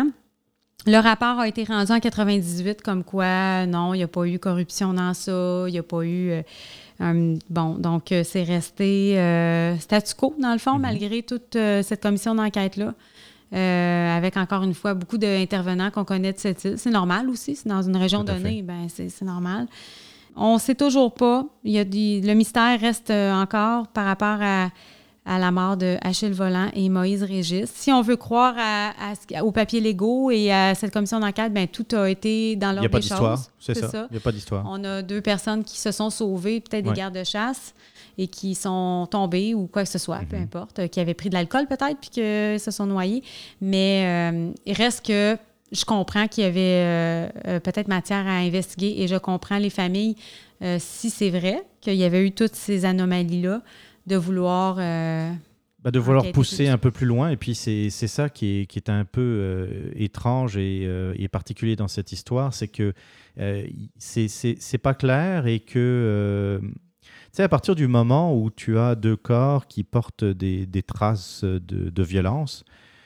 Le rapport a été rendu en quatre-vingt-dix-huit comme quoi, non, il n'y a pas eu corruption dans ça, il n'y a pas eu... Euh, um, bon, donc euh, c'est resté euh, statu quo, dans le fond, Mm-hmm. malgré toute euh, cette commission d'enquête-là, euh, avec encore une fois beaucoup d'intervenants qu'on connaît de cette île. C'est normal aussi, c'est dans une région Tout à donnée, fait. ben c'est, c'est normal. On ne sait toujours pas. Il y a des, le mystère reste euh, encore par rapport à... à la mort de Achille Volant et Moïse Régis. Si on veut croire à, à, à, aux papiers légaux et à cette commission d'enquête, bien, tout a été dans l'ordre des choses. Il n'y a pas d'histoire, c'est, c'est ça. ça. Il n'y a pas d'histoire. On a deux personnes qui se sont sauvées, peut-être des Ouais. gardes-chasse, et qui sont tombées ou quoi que ce soit, Mm-hmm. peu importe, euh, qui avaient pris de l'alcool peut-être, puis que se sont noyés. Mais euh, il reste que je comprends qu'il y avait euh, euh, peut-être matière à investiguer et je comprends les familles, euh, si c'est vrai, qu'il y avait eu toutes ces anomalies-là, de vouloir... Euh, Bah de vouloir enquêter pousser plus. un peu plus loin. Et puis, c'est, c'est ça qui est, qui est un peu euh, étrange et, euh, et particulier dans cette histoire, c'est que euh, c'est, c'est, c'est pas clair et que... Euh, tu sais, à partir du moment où tu as deux corps qui portent des, des traces de, de violence,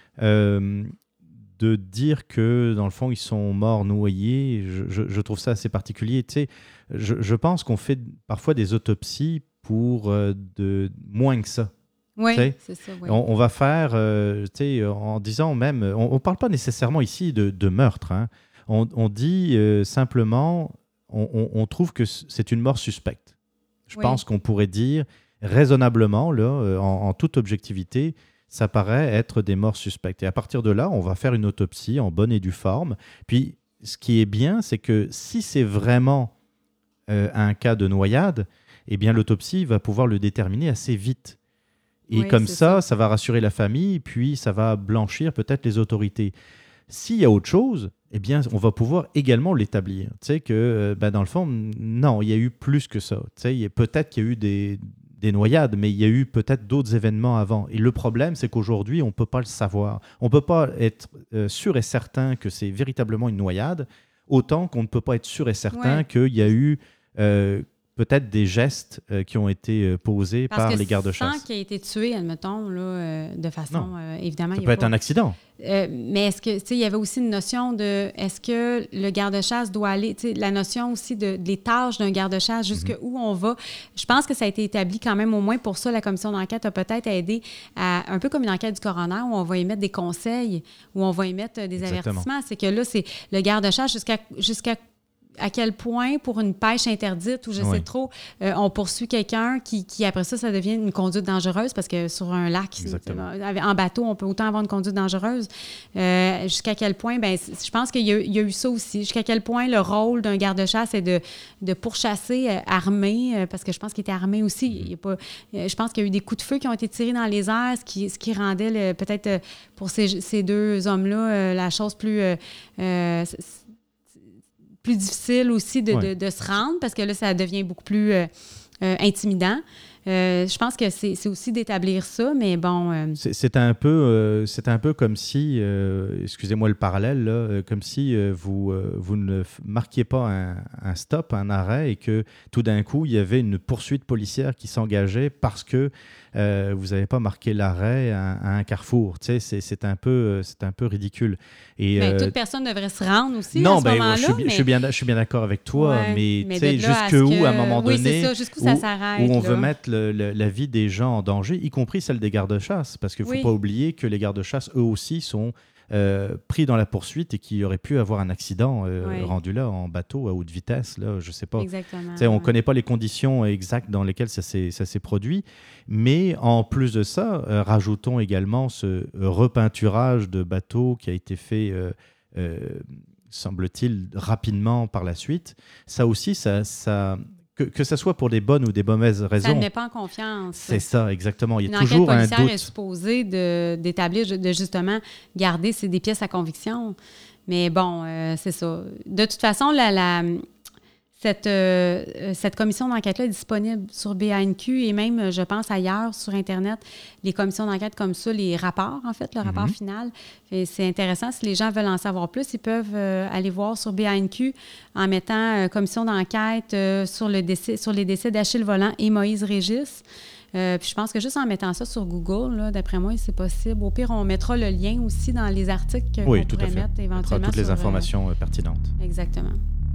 euh, de dire que, dans le fond, ils sont morts noyés, je, je, je trouve ça assez particulier. Tu sais, je, je pense qu'on fait parfois des autopsies pour euh, de, moins que ça. Oui, T'sais, c'est ça. Oui. On, on va faire, euh, en disant même, on ne parle pas nécessairement ici de, de meurtre. Hein. On, on dit euh, simplement, on, on, on trouve que c'est une mort suspecte. Je Oui. pense qu'on pourrait dire raisonnablement, là, euh, en, en toute objectivité, ça paraît être des morts suspectes. Et à partir de là, on va faire une autopsie en bonne et due forme. Puis, ce qui est bien, c'est que si c'est vraiment euh, un cas de noyade, eh bien, l'autopsie va pouvoir le déterminer assez vite. Et Oui, comme c'est ça, ça. ça va rassurer la famille, puis ça va blanchir peut-être les autorités. S'il y a autre chose, eh bien, on va pouvoir également l'établir. Tu sais que, euh, ben, dans le fond, non, il y a eu plus que ça. Tu sais, il y a, peut-être qu'il y a eu des, des noyades, mais il y a eu peut-être d'autres événements avant. Et le problème, c'est qu'aujourd'hui, on ne peut pas le savoir. On ne peut pas être euh, sûr et certain que c'est véritablement une noyade, autant qu'on ne peut pas être sûr et certain Ouais. qu'il y a eu... Euh, peut-être des gestes euh, qui ont été euh, posés Parce par que les gardes-chasse. sans qu'il ait été tué, admettons, là, euh, de façon, euh, évidemment... Ça il y peut a être pas... un accident. Euh, mais est-ce que, tu sais, il y avait aussi une notion de, est-ce que le garde-chasse doit aller, tu sais, la notion aussi de, des tâches d'un garde-chasse, jusqu'où mm-hmm. on va. Je pense que ça a été établi quand même, au moins pour ça, la commission d'enquête a peut-être aidé à, un peu comme une enquête du coroner, où on va émettre des conseils, où on va émettre des Exactement. avertissements. C'est que là, c'est le garde-chasse jusqu'à, jusqu'à à quel point, pour une pêche interdite ou je oui. sais trop, euh, on poursuit quelqu'un qui, qui, après ça, ça devient une conduite dangereuse parce que sur un lac, en bateau, on peut autant avoir une conduite dangereuse. Euh, jusqu'à quel point, ben, je pense qu'il y a, il y a eu ça aussi. Jusqu'à quel point le rôle d'un garde-chasse est de, de pourchasser euh, armé, euh, parce que je pense qu'il était armé aussi. Il y a pas, euh, je pense qu'il y a eu des coups de feu qui ont été tirés dans les airs, ce qui, ce qui rendait le, peut-être euh, pour ces, ces deux hommes-là euh, la chose plus... Euh, euh, plus difficile aussi de, ouais. de, de se rendre, parce que là, ça devient beaucoup plus euh, euh, intimidant. Euh, je pense que c'est, c'est aussi d'établir ça, mais bon... Euh... C'est, c'est, un peu, euh, c'est un peu comme si, euh, excusez-moi le parallèle, là, euh, comme si euh, vous, euh, vous ne marquiez pas un, un stop, un arrêt, et que tout d'un coup, il y avait une poursuite policière qui s'engageait parce que euh, vous n'avez pas marqué l'arrêt à, à un carrefour. Tu sais, c'est, c'est, un peu, c'est un peu ridicule. Et, ben, euh, toute personne devrait se rendre aussi non, à ce ben, moment-là. Je suis, mais... je suis, bien, je suis bien d'accord avec toi, ouais, mais, mais tu sais, jusqu'où, que... à un moment oui, donné, c'est ça, jusqu'où où, ça s'arrête, où on là. veut mettre le, le, la vie des gens en danger, y compris celle des gardes-chasse, parce qu'il ne faut oui. pas oublier que les gardes-chasse, eux aussi, sont euh, pris dans la poursuite et qu'il aurait pu avoir un accident euh, oui. rendu là en bateau à haute vitesse, là, je ne sais pas. Exactement. On ne ouais. connaît pas les conditions exactes dans lesquelles ça s'est, ça s'est produit, mais en plus de ça, euh, rajoutons également ce euh, repeinturage de bateau qui a été fait... Euh, euh, semble-t-il, rapidement par la suite. Ça aussi, ça, ça, que, que ce soit pour des bonnes ou des mauvaises raisons... Ça ne met pas en confiance. C'est ça, exactement. Il y a Une toujours un doute. Une enquête policière est supposée de, d'établir, de justement garder ces, des pièces à conviction. Mais bon, euh, c'est ça. De toute façon, la... la Cette, euh, cette commission d'enquête-là est disponible sur B A N Q et même, je pense, ailleurs sur Internet, les commissions d'enquête comme ça, les rapports, en fait, le rapport mm-hmm. final. Et c'est intéressant. Si les gens veulent en savoir plus, ils peuvent euh, aller voir sur B A N Q en mettant euh, commission d'enquête euh, sur, le décès, sur les décès d'Achille Volant et Moïse Régis. Euh, puis je pense que juste en mettant ça sur Google, là, d'après moi, c'est possible. Au pire, on mettra le lien aussi dans les articles oui, qu'on tout pourrait à fait. mettre éventuellement. On mettra toutes les sur, informations euh, pertinentes. Exactement.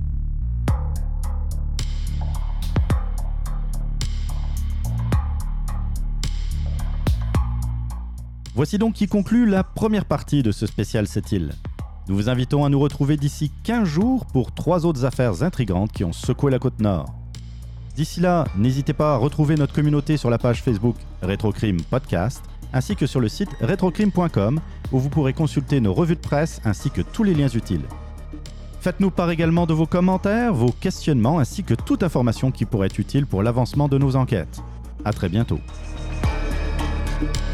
Voici donc qui conclut la première partie de ce spécial Sept-Îles. Nous vous invitons à nous retrouver d'ici quinze jours pour trois autres affaires intrigantes qui ont secoué la Côte-Nord. D'ici là, n'hésitez pas à retrouver notre communauté sur la page Facebook Rétrocrime Podcast, ainsi que sur le site rétrocrime point com, où vous pourrez consulter nos revues de presse ainsi que tous les liens utiles. Faites-nous part également de vos commentaires, vos questionnements, ainsi que toute information qui pourrait être utile pour l'avancement de nos enquêtes. À très bientôt.